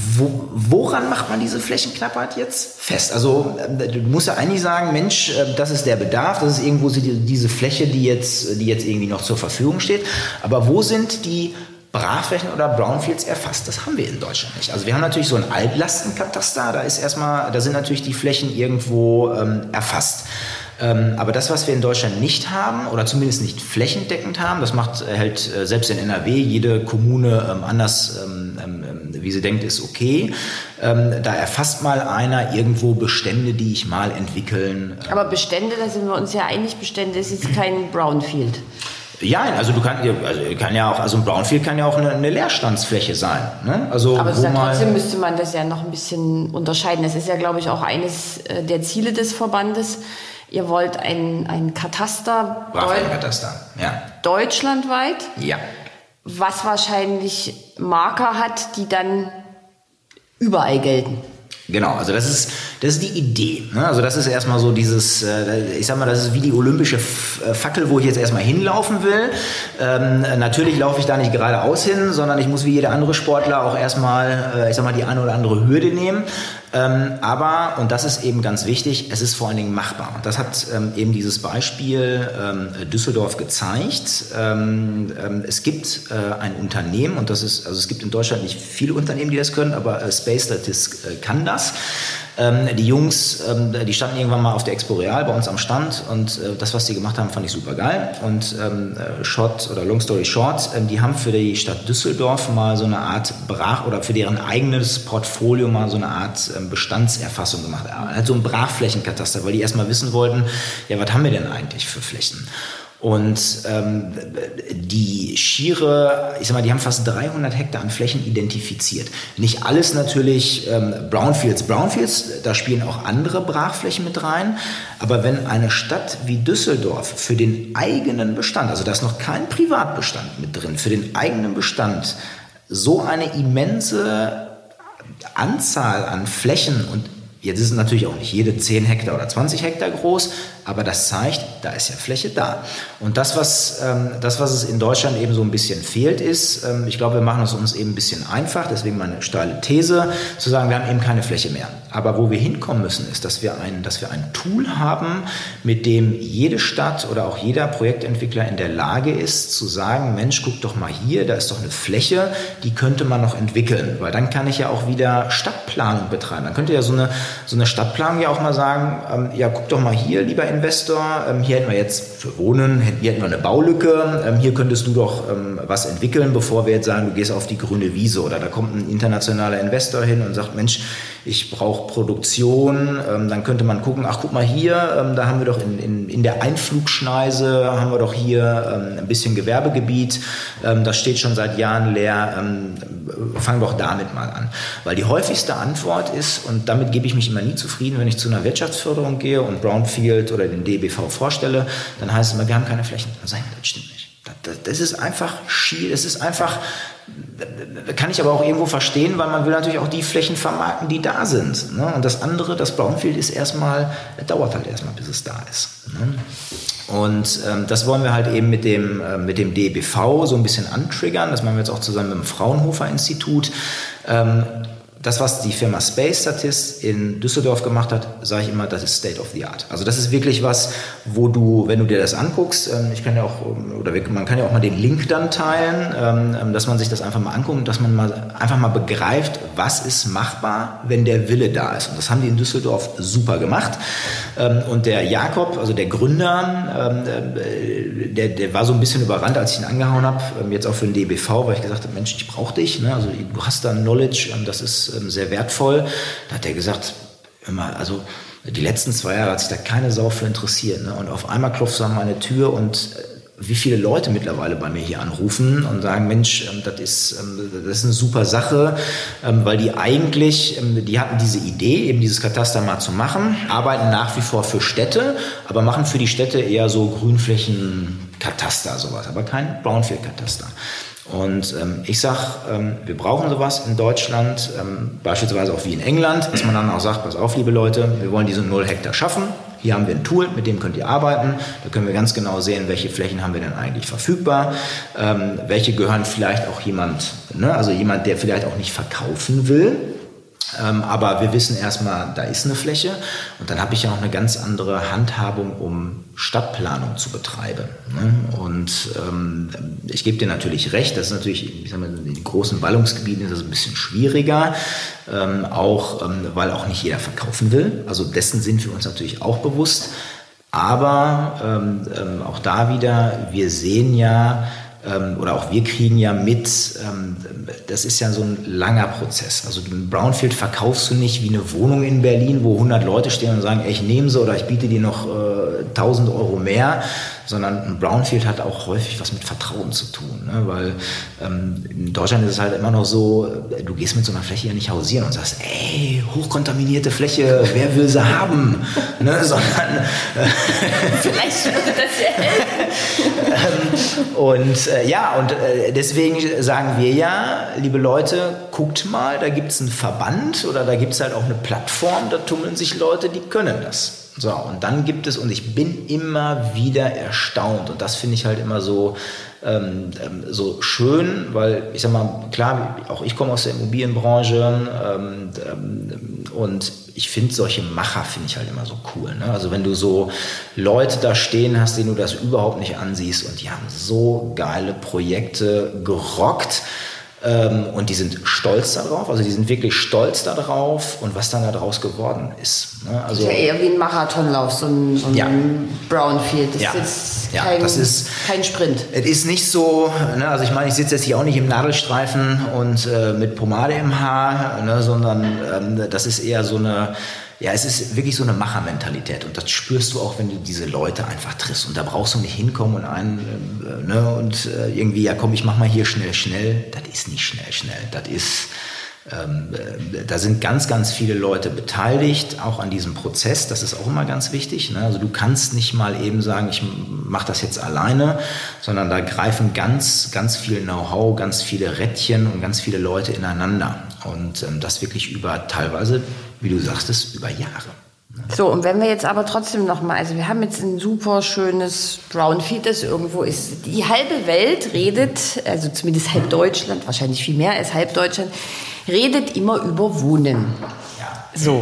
woran macht man diese Flächenknappheit jetzt fest? Also du musst ja eigentlich sagen, Mensch, das ist der Bedarf, das ist irgendwo diese Fläche, die jetzt irgendwie noch zur Verfügung steht. Aber wo sind die Brachflächen oder Brownfields erfasst? Das haben wir in Deutschland nicht. Also wir haben natürlich so ein Altlastenkataster, da sind natürlich die Flächen irgendwo erfasst. Aber das, was wir in Deutschland nicht haben oder zumindest nicht flächendeckend haben, das macht halt selbst in NRW jede Kommune anders, wie sie denkt, ist okay. Da erfasst mal einer irgendwo Bestände, die ich mal entwickeln. Aber Bestände, da sind wir uns ja einig, Bestände ist jetzt kein Brownfield. Ja, also ein Brownfield kann ja auch eine Leerstandsfläche sein. Ne? Also, aber trotzdem müsste man das ja noch ein bisschen unterscheiden. Das ist ja, glaube ich, auch eines der Ziele des Verbandes. Ihr wollt ein Kataster, ja. Deutschlandweit, ja. Was wahrscheinlich Marker hat, die dann überall gelten. Genau, also das ist die Idee. Ne? Also das ist erstmal so dieses, ich sag mal, das ist wie die olympische Fackel, wo ich jetzt erstmal hinlaufen will. Natürlich laufe ich da nicht geradeaus hin, sondern ich muss wie jeder andere Sportler auch erstmal, ich sag mal, die eine oder andere Hürde nehmen. Aber, und das ist eben ganz wichtig, es ist vor allen Dingen machbar. Und das hat eben dieses Beispiel Düsseldorf gezeigt. Es gibt ein Unternehmen, und es gibt in Deutschland nicht viele Unternehmen, die das können, aber Space Statist kann das. Die Jungs, die standen irgendwann mal auf der Expo Real bei uns am Stand und das, was die gemacht haben, fand ich super geil. Und long story short, die haben für die Stadt Düsseldorf mal so eine Art für deren eigenes Portfolio mal so eine Art Bestandserfassung gemacht. Also ein Brachflächenkataster, weil die erstmal wissen wollten, ja, was haben wir denn eigentlich für Flächen? Und die schiere, ich sag mal, die haben fast 300 Hektar an Flächen identifiziert. Nicht alles natürlich Brownfields. Da spielen auch andere Brachflächen mit rein. Aber wenn eine Stadt wie Düsseldorf für den eigenen Bestand, also da ist noch kein Privatbestand mit drin, für den eigenen Bestand so eine immense Anzahl an Flächen, und jetzt ist es natürlich auch nicht jede 10 Hektar oder 20 Hektar groß, aber das zeigt, da ist ja Fläche da. Und das, was es in Deutschland eben so ein bisschen fehlt, ist, ich glaube, wir machen es uns eben ein bisschen einfach, deswegen meine steile These, zu sagen, wir haben eben keine Fläche mehr. Aber wo wir hinkommen müssen, ist, dass wir ein Tool haben, mit dem jede Stadt oder auch jeder Projektentwickler in der Lage ist, zu sagen, Mensch, guck doch mal hier, da ist doch eine Fläche, die könnte man noch entwickeln, weil dann kann ich ja auch wieder Stadtplanung betreiben. Dann könnte ja so eine Stadtplanung ja auch mal sagen, ja, guck doch mal hier, lieber Investor, hier hätten wir jetzt für Wohnen, hier hätten wir eine Baulücke, hier könntest du doch was entwickeln, bevor wir jetzt sagen, du gehst auf die grüne Wiese, oder da kommt ein internationaler Investor hin und sagt, Mensch, ich brauche Produktion, dann könnte man gucken, ach guck mal hier, da haben wir doch in der Einflugschneise, haben wir doch hier ein bisschen Gewerbegebiet, das steht schon seit Jahren leer, fang doch damit mal an. Weil die häufigste Antwort ist, und damit gebe ich mich immer nie zufrieden, wenn ich zu einer Wirtschaftsförderung gehe und Brownfield oder den DBV vorstelle, dann heißt es immer, wir haben keine Flächen. Dann sage ich, das stimmt nicht. Das ist einfach schiel, das ist einfach, kann ich aber auch irgendwo verstehen, weil man will natürlich auch die Flächen vermarkten, die da sind. Ne? Und das andere, das Brownfield ist erstmal, dauert halt erstmal, bis es da ist. Ne? Und das wollen wir halt eben mit dem DBV so ein bisschen antriggern. Das machen wir jetzt auch zusammen mit dem Fraunhofer Institut. Das, was die Firma Space Statist in Düsseldorf gemacht hat, sage ich immer, das ist State of the Art. Also das ist wirklich was, wo du, wenn du dir das anguckst, ich kann ja auch, oder man kann ja auch mal den Link dann teilen, dass man sich das einfach mal anguckt und dass man einfach mal begreift, was ist machbar, wenn der Wille da ist. Und das haben die in Düsseldorf super gemacht. Und der Jakob, also der Gründer, der war so ein bisschen überrannt, als ich ihn angehauen habe, jetzt auch für den DBV, weil ich gesagt habe, Mensch, ich brauche dich. Ne? Also du hast da Knowledge, das ist sehr wertvoll. Da hat er gesagt, immer, also die letzten 2 Jahre hat sich da keine Sau für interessiert. Ne? Und auf einmal klopft es an meine Tür und wie viele Leute mittlerweile bei mir hier anrufen und sagen, Mensch, das ist eine super Sache, weil die eigentlich, die hatten diese Idee, eben dieses Kataster mal zu machen, arbeiten nach wie vor für Städte, aber machen für die Städte eher so Grünflächen-Kataster, sowas, aber kein Brownfield-Kataster. Und ich sag, wir brauchen sowas in Deutschland, beispielsweise auch wie in England, dass man dann auch sagt, pass auf, liebe Leute, wir wollen diese 0 Hektar schaffen. Hier haben wir ein Tool, mit dem könnt ihr arbeiten. Da können wir ganz genau sehen, welche Flächen haben wir denn eigentlich verfügbar. Welche gehören vielleicht auch jemand, ne? Also jemand, der vielleicht auch nicht verkaufen will. Aber wir wissen erstmal, da ist eine Fläche und dann habe ich ja noch eine ganz andere Handhabung, um Stadtplanung zu betreiben. Ne? Und ich gebe dir natürlich recht, das ist natürlich, ich sag mal, in den großen Ballungsgebieten ist das ein bisschen schwieriger, weil auch nicht jeder verkaufen will. Also dessen sind wir uns natürlich auch bewusst. Aber auch da wieder, wir sehen ja, oder auch wir kriegen ja mit, das ist ja so ein langer Prozess. Also ein Brownfield verkaufst du nicht wie eine Wohnung in Berlin, wo 100 Leute stehen und sagen, ey, ich nehme sie oder ich biete dir noch 1.000 Euro mehr, sondern ein Brownfield hat auch häufig was mit Vertrauen zu tun. Ne? Weil in Deutschland ist es halt immer noch so, du gehst mit so einer Fläche ja nicht hausieren und sagst, ey, hochkontaminierte Fläche, wer will sie haben? Ne? Sondern vielleicht würde das ja helfen. Und deswegen sagen wir ja, liebe Leute, guckt mal, da gibt es einen Verband oder da gibt es halt auch eine Plattform, da tummeln sich Leute, die können das. So, und dann gibt es, und ich bin immer wieder erstaunt, und das finde ich halt immer so schön, weil ich sag mal, klar, auch ich komme aus der Immobilienbranche und ich finde solche Macher, finde ich halt immer so cool. Ne? Also wenn du so Leute da stehen hast, denen du das überhaupt nicht ansiehst und die haben so geile Projekte gerockt, und die sind stolz darauf, also die sind wirklich stolz darauf und was dann daraus geworden ist. Ne? Also, das ist ja eher wie ein Marathonlauf, so ein Brownfield. Das ist kein Sprint. Es ist nicht so, ne? Also ich meine, ich sitze jetzt hier auch nicht im Nadelstreifen und mit Pomade im Haar, ne? Sondern das ist eher so eine... Ja, es ist wirklich so eine Machermentalität und das spürst du auch, wenn du diese Leute einfach triffst und da brauchst du nicht hinkommen und irgendwie, ja komm, ich mach mal hier schnell. Das ist nicht schnell. Das ist, da sind ganz, ganz viele Leute beteiligt, auch an diesem Prozess. Das ist auch immer ganz wichtig. Ne? Also du kannst nicht mal eben sagen, ich mache das jetzt alleine, sondern da greifen ganz, ganz viel Know-how, ganz viele Rädchen und ganz viele Leute ineinander. Und das wirklich über teilweise, wie du sagtest, über Jahre. So, und wenn wir jetzt aber trotzdem nochmal, also wir haben jetzt ein super schönes Brownfield, das irgendwo ist. Die halbe Welt redet, also zumindest halb Deutschland, wahrscheinlich viel mehr als halb Deutschland, redet immer über Wohnen. Ja. So,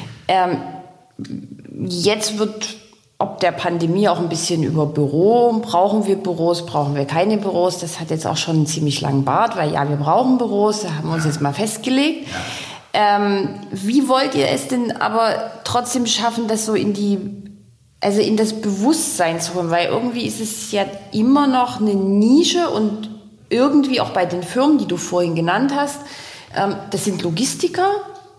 jetzt wird ob der Pandemie auch ein bisschen über brauchen wir keine Büros, das hat jetzt auch schon einen ziemlich langen Bart, weil ja, wir brauchen Büros, da haben wir uns jetzt mal festgelegt. Ja. Wie wollt ihr es denn aber trotzdem schaffen, das so in das Bewusstsein zu holen? Weil irgendwie ist es ja immer noch eine Nische und irgendwie auch bei den Firmen, die du vorhin genannt hast, das sind Logistiker,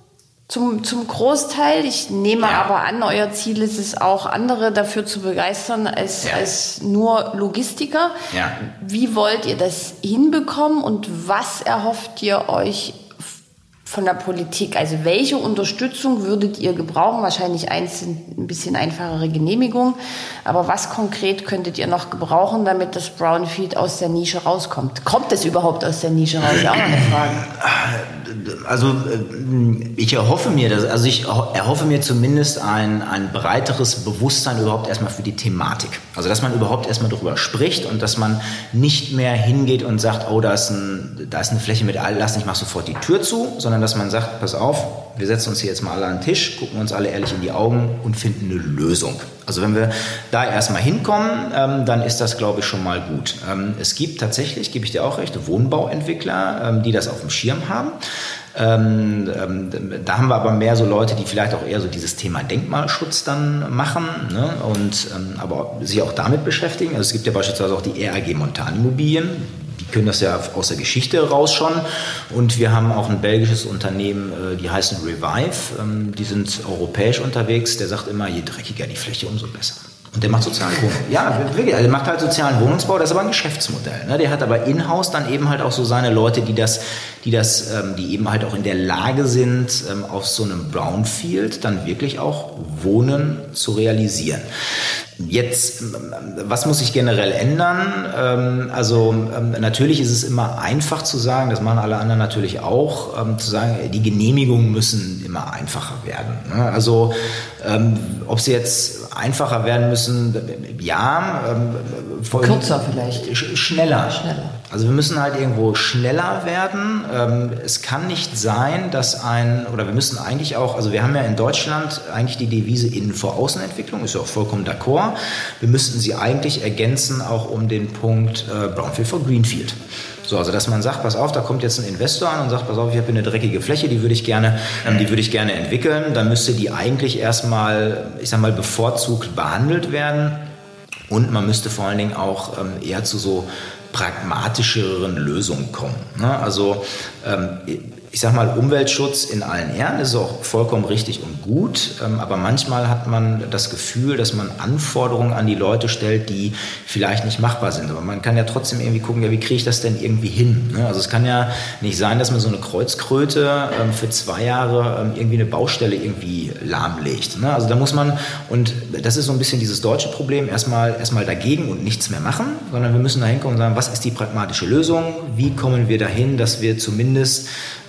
Zum Großteil. Ich nehme aber an, euer Ziel ist es auch, andere dafür zu begeistern als nur Logistiker. Ja. Wie wollt ihr das hinbekommen und was erhofft ihr euch von der Politik? Also welche Unterstützung würdet ihr gebrauchen? Wahrscheinlich eins sind ein bisschen einfachere Genehmigungen. Aber was konkret könntet ihr noch gebrauchen, damit das Brownfield aus der Nische rauskommt? Kommt es überhaupt aus der Nische raus? Auch noch eine Frage. Also ich erhoffe mir zumindest ein breiteres Bewusstsein überhaupt erstmal für die Thematik. Also dass man überhaupt erstmal darüber spricht und dass man nicht mehr hingeht und sagt, oh, da ist eine Fläche mit Altlasten, ich mache sofort die Tür zu, sondern dass man sagt, pass auf, wir setzen uns hier jetzt mal alle an den Tisch, gucken uns alle ehrlich in die Augen und finden eine Lösung. Also wenn wir da erstmal hinkommen, dann ist das, glaube ich, schon mal gut. Es gibt tatsächlich, gebe ich dir auch recht, Wohnbauentwickler, die das auf dem Schirm haben. Da haben wir aber mehr so Leute, die vielleicht auch eher so dieses Thema Denkmalschutz dann machen, ne? Und aber sich auch damit beschäftigen. Also es gibt ja beispielsweise auch die RAG Montanimmobilien. Die können das ja aus der Geschichte raus schon. Und wir haben auch ein belgisches Unternehmen, die heißen Revive. Die sind europäisch unterwegs. Der sagt immer, je dreckiger die Fläche, umso besser. Und der macht sozialen Wohnungsbau. Ja, wirklich. Der macht halt sozialen Wohnungsbau. Das ist aber ein Geschäftsmodell. Ne? Der hat aber in-house dann eben halt auch so seine Leute, die eben halt auch in der Lage sind, auf so einem Brownfield dann wirklich auch Wohnen zu realisieren. Jetzt, was muss sich generell ändern? Natürlich ist es immer einfach zu sagen, das machen alle anderen natürlich auch, zu sagen, die Genehmigungen müssen immer einfacher werden. Ne? Also, ob sie jetzt einfacher werden müssen, kürzer vielleicht. Schneller. Also wir müssen halt irgendwo schneller werden. Es kann nicht sein, wir müssen eigentlich auch, also wir haben ja in Deutschland eigentlich die Devise Innen-vor-Außen-Entwicklung, ist ja auch vollkommen d'accord. Wir müssten sie eigentlich ergänzen auch um den Punkt Brownfield for Greenfield. So, also dass man sagt, pass auf, da kommt jetzt ein Investor an und sagt, pass auf, ich habe eine dreckige Fläche, die würde ich gerne entwickeln. Dann müsste die eigentlich erstmal, bevorzugt behandelt werden. Und man müsste vor allen Dingen auch eher zu so pragmatischeren Lösungen kommen. Ne? Also Umweltschutz in allen Ehren ist auch vollkommen richtig und gut, aber manchmal hat man das Gefühl, dass man Anforderungen an die Leute stellt, die vielleicht nicht machbar sind. Aber man kann ja trotzdem irgendwie gucken, ja, wie kriege ich das denn irgendwie hin? Ne? Also es kann ja nicht sein, dass man so eine Kreuzkröte für 2 Jahre irgendwie eine Baustelle irgendwie lahmlegt. Ne? Also da muss man, und das ist so ein bisschen dieses deutsche Problem, erstmal dagegen und nichts mehr machen, sondern wir müssen da hinkommen und sagen, was ist die pragmatische Lösung? Wie kommen wir dahin, dass wir zumindest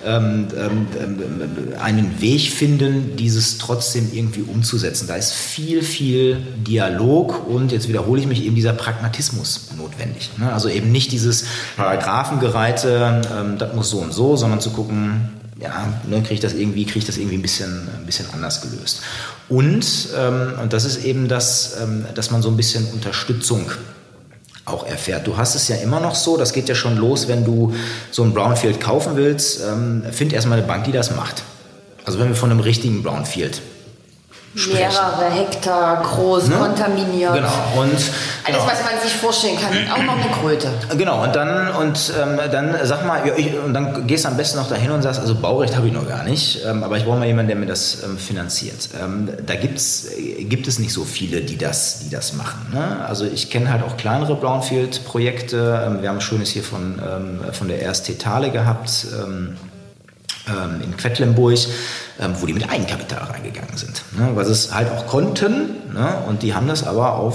einen Weg finden, dieses trotzdem irgendwie umzusetzen. Da ist viel, viel Dialog und jetzt wiederhole ich mich, eben dieser Pragmatismus notwendig. Ne? Also eben nicht dieses Paragraphengereihte, das muss so und so, sondern zu gucken, kriege ich das irgendwie ein bisschen anders gelöst. Und das ist eben das, dass man so ein bisschen Unterstützung auch erfährt. Du hast es ja immer noch so, das geht ja schon los, wenn du so ein Brownfield kaufen willst, find erstmal eine Bank, die das macht. Also wenn wir von einem richtigen Brownfield sprechen. Mehrere Hektar groß, kontaminiert. Genau. Alles, was man sich vorstellen kann. Auch noch eine Kröte. Genau. Und dann sag mal, und dann gehst du am besten noch dahin und sagst, also Baurecht habe ich noch gar nicht, aber ich brauche mal jemanden, der mir das finanziert. Da gibt es nicht so viele, die das machen. Ne? Also ich kenne halt auch kleinere Brownfield-Projekte. Wir haben ein schönes hier von der RST Thale gehabt, in Quedlinburg, wo die mit Eigenkapital reingegangen sind, ne, weil sie es halt auch konnten, ne, und die haben das aber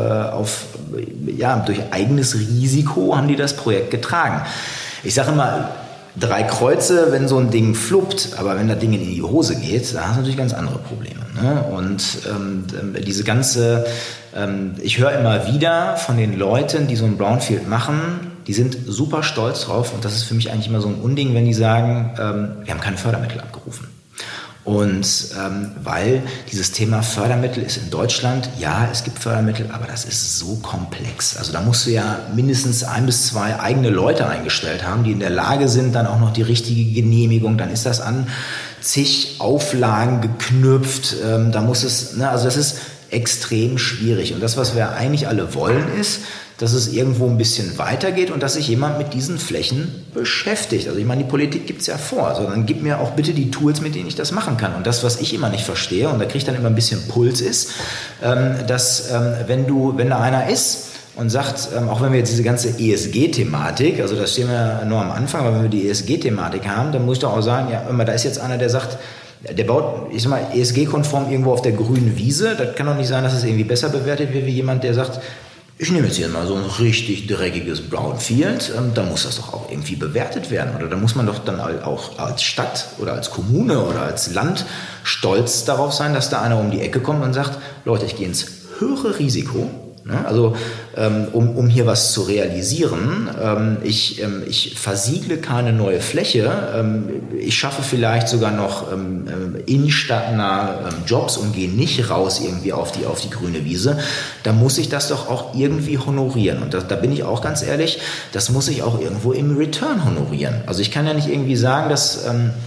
durch eigenes Risiko haben die das Projekt getragen. Ich sage immer, 3 Kreuze, wenn so ein Ding fluppt, aber wenn das Ding in die Hose geht, da hast du natürlich ganz andere Probleme. Ne? Und diese ganze, ich höre immer wieder von den Leuten, die so ein Brownfield machen, die sind super stolz drauf und das ist für mich eigentlich immer so ein Unding, wenn die sagen, wir haben keine Fördermittel abgerufen. Und weil dieses Thema Fördermittel ist in Deutschland, ja, es gibt Fördermittel, aber das ist so komplex. Also da musst du ja mindestens 1 bis 2 eigene Leute eingestellt haben, die in der Lage sind, dann auch noch die richtige Genehmigung, dann ist das an zig Auflagen geknüpft, da muss es, also das ist extrem schwierig. Und das, was wir eigentlich alle wollen, ist, dass es irgendwo ein bisschen weitergeht und dass sich jemand mit diesen Flächen beschäftigt. Also ich meine, die Politik gibt es ja vor. Also dann gib mir auch bitte die Tools, mit denen ich das machen kann. Und das, was ich immer nicht verstehe, und da kriege ich dann immer ein bisschen Puls, ist, dass wenn da einer ist, und sagt, auch wenn wir jetzt diese ganze ESG-Thematik, also das stehen wir ja nur am Anfang, aber wenn wir die ESG-Thematik haben, dann muss ich doch auch sagen, ja, immer, da ist jetzt einer, der sagt, der baut, ich sag mal, ESG-konform irgendwo auf der grünen Wiese. Das kann doch nicht sein, dass es irgendwie besser bewertet wird wie jemand, der sagt, ich nehme jetzt hier mal so ein richtig dreckiges Brownfield, da muss das doch auch irgendwie bewertet werden. Oder da muss man doch dann auch als Stadt oder als Kommune oder als Land stolz darauf sein, dass da einer um die Ecke kommt und sagt, Leute, ich gehe ins höhere Risiko. Also um hier was zu realisieren, ich versiegle keine neue Fläche, ich schaffe vielleicht sogar noch innenstadtnah Jobs und gehe nicht raus irgendwie auf die grüne Wiese, da muss ich das doch auch irgendwie honorieren. Und da bin ich auch ganz ehrlich, das muss ich auch irgendwo im Return honorieren. Also ich kann ja nicht irgendwie sagen, dass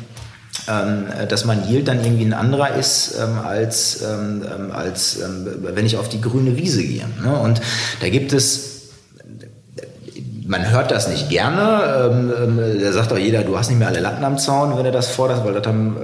mein Yield dann irgendwie ein anderer ist, als wenn ich auf die grüne Wiese gehe. Ne? Und da gibt es, man hört das nicht gerne, da sagt auch jeder, du hast nicht mehr alle Latten am Zaun, wenn du das forderst, weil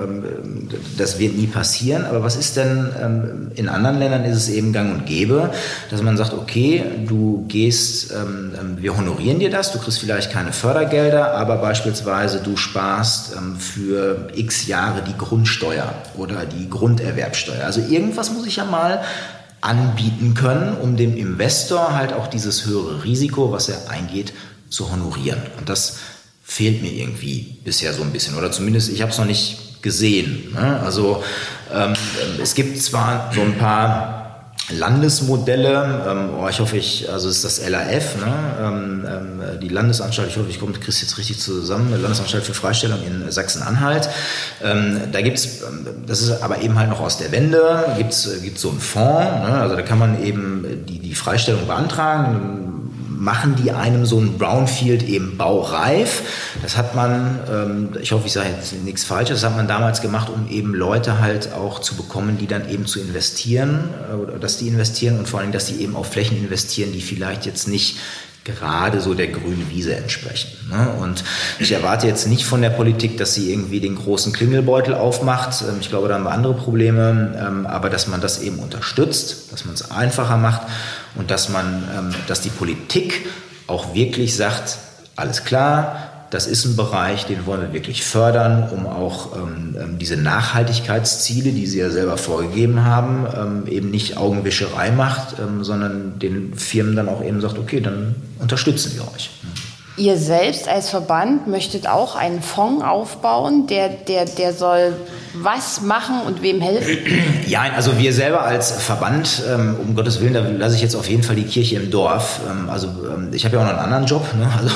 das wird nie passieren. Aber was ist denn, in anderen Ländern ist es eben gang und gäbe, dass man sagt, okay, du gehst, wir honorieren dir das, du kriegst vielleicht keine Fördergelder, aber beispielsweise du sparst für x Jahre die Grundsteuer oder die Grunderwerbsteuer. Also irgendwas muss ich ja mal anbieten können, um dem Investor halt auch dieses höhere Risiko, was er eingeht, zu honorieren. Und das fehlt mir irgendwie bisher so ein bisschen. Oder zumindest, ich habe es noch nicht gesehen. Ne? Also es gibt zwar so ein paar Landesmodelle, ich hoffe, also es ist das LAF, ne? Die Landesanstalt, ich hoffe, ich kriege es jetzt richtig zusammen, die Landesanstalt für Freistellung in Sachsen-Anhalt. Da gibt's, das ist aber eben halt noch aus der Wende, gibt's so einen Fonds, ne? Also da kann man eben die Freistellung beantragen, machen die einem so ein Brownfield eben baureif. Das hat man, ich hoffe, ich sage jetzt nichts Falsches, das hat man damals gemacht, um eben Leute halt auch zu bekommen, die dann eben zu investieren, oder dass die investieren und vor allem, dass die eben auf Flächen investieren, die vielleicht jetzt nicht gerade so der grünen Wiese entsprechen. Ne? Und ich erwarte jetzt nicht von der Politik, dass sie irgendwie den großen Klingelbeutel aufmacht. Ich glaube, da haben wir andere Probleme, aber dass man das eben unterstützt, dass man es einfacher macht und dass die Politik auch wirklich sagt, alles klar, das ist ein Bereich, den wollen wir wirklich fördern, um auch diese Nachhaltigkeitsziele, die Sie ja selber vorgegeben haben, eben nicht Augenwischerei macht, sondern den Firmen dann auch eben sagt, okay, dann unterstützen wir euch. Ihr selbst als Verband möchtet auch einen Fonds aufbauen, der soll was machen und wem helfen? Ja, also wir selber als Verband, um Gottes Willen, da lasse ich jetzt auf jeden Fall die Kirche im Dorf. Ich habe ja auch noch einen anderen Job. Ne? Also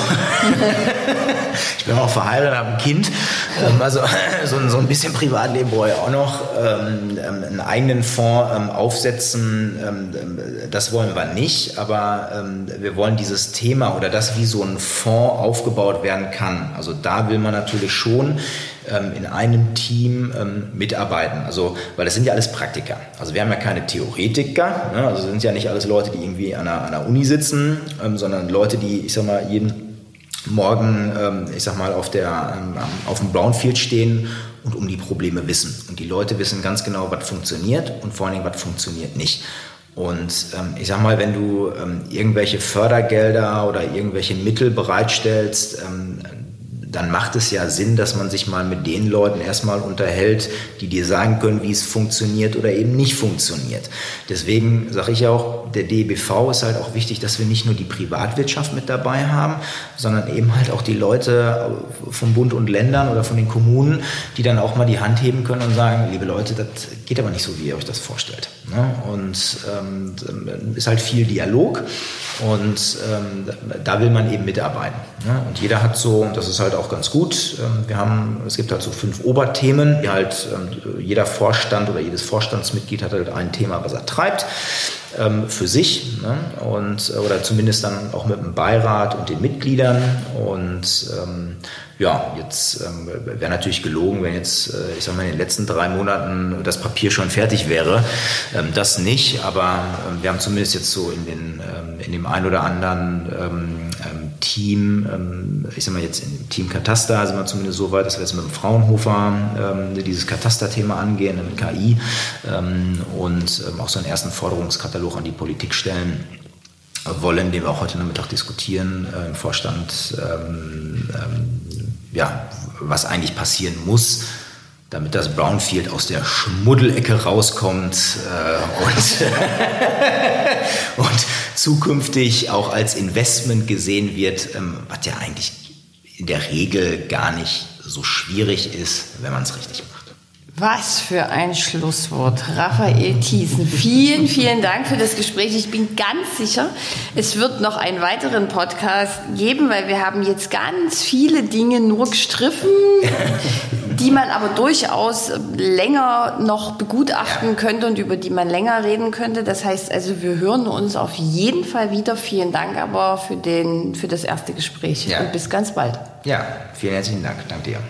ich bin auch verheiratet, habe ein Kind. Also so ein bisschen Privatleben brauche ich auch noch. Einen eigenen Fonds aufsetzen, das wollen wir nicht. Aber wir wollen dieses Thema oder das, wie so ein Fonds aufgebaut werden kann. Also da will man natürlich schon in einem Team mitarbeiten. Also, weil das sind ja alles Praktiker. Also wir haben ja keine Theoretiker, ne? Also sind ja nicht alles Leute, die irgendwie an einer Uni sitzen, sondern Leute, die, ich sag mal, jeden Morgen, auf dem Brownfield stehen und um die Probleme wissen. Und die Leute wissen ganz genau, was funktioniert und vor allen Dingen, was funktioniert nicht. Und ich sag mal, wenn du irgendwelche Fördergelder oder irgendwelche Mittel bereitstellst, dann macht es ja Sinn, dass man sich mal mit den Leuten erstmal unterhält, die dir sagen können, wie es funktioniert oder eben nicht funktioniert. Deswegen sage ich auch, der DEBV ist halt auch wichtig, dass wir nicht nur die Privatwirtschaft mit dabei haben, sondern eben halt auch die Leute vom Bund und Ländern oder von den Kommunen, die dann auch mal die Hand heben können und sagen, liebe Leute, das geht aber nicht so, wie ihr euch das vorstellt. Und ist halt viel Dialog und da will man eben mitarbeiten. Und jeder hat so, und das ist halt auch ganz gut, es gibt halt so 5 Oberthemen, die halt jeder Vorstand oder jedes Vorstandsmitglied hat halt ein Thema, was er treibt. für sich, ne? Oder zumindest dann auch mit dem Beirat und den Mitgliedern. Und jetzt wäre natürlich gelogen, wenn jetzt, ich sag mal, in den letzten 3 Monaten das Papier schon fertig wäre. Das nicht, aber wir haben zumindest jetzt so in dem ein oder anderen Team, ich sag mal jetzt im Team Kataster sind wir zumindest so weit, dass wir jetzt mit dem Fraunhofer dieses Katasterthema angehen, mit KI und auch so einen ersten Forderungskatalog an die Politik stellen wollen, den wir auch heute Nachmittag diskutieren im Vorstand, was eigentlich passieren muss, damit das Brownfield aus der Schmuddelecke rauskommt und zukünftig auch als Investment gesehen wird, was ja eigentlich in der Regel gar nicht so schwierig ist, wenn man es richtig macht. Was für ein Schlusswort. Raphael Thiessen, vielen, vielen Dank für das Gespräch. Ich bin ganz sicher, es wird noch einen weiteren Podcast geben, weil wir haben jetzt ganz viele Dinge nur gestriffen, die man aber durchaus länger noch begutachten könnte und über die man länger reden könnte. Das heißt also, wir hören uns auf jeden Fall wieder. Vielen Dank aber für das erste Gespräch und bis ganz bald. Ja, vielen herzlichen Dank. Danke dir.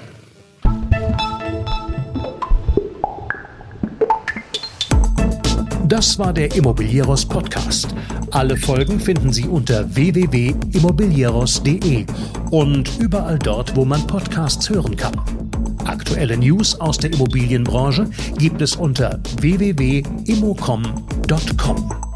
Das war der Immobilieros Podcast. Alle Folgen finden Sie unter www.immobilieros.de und überall dort, wo man Podcasts hören kann. Aktuelle News aus der Immobilienbranche gibt es unter www.immocom.com.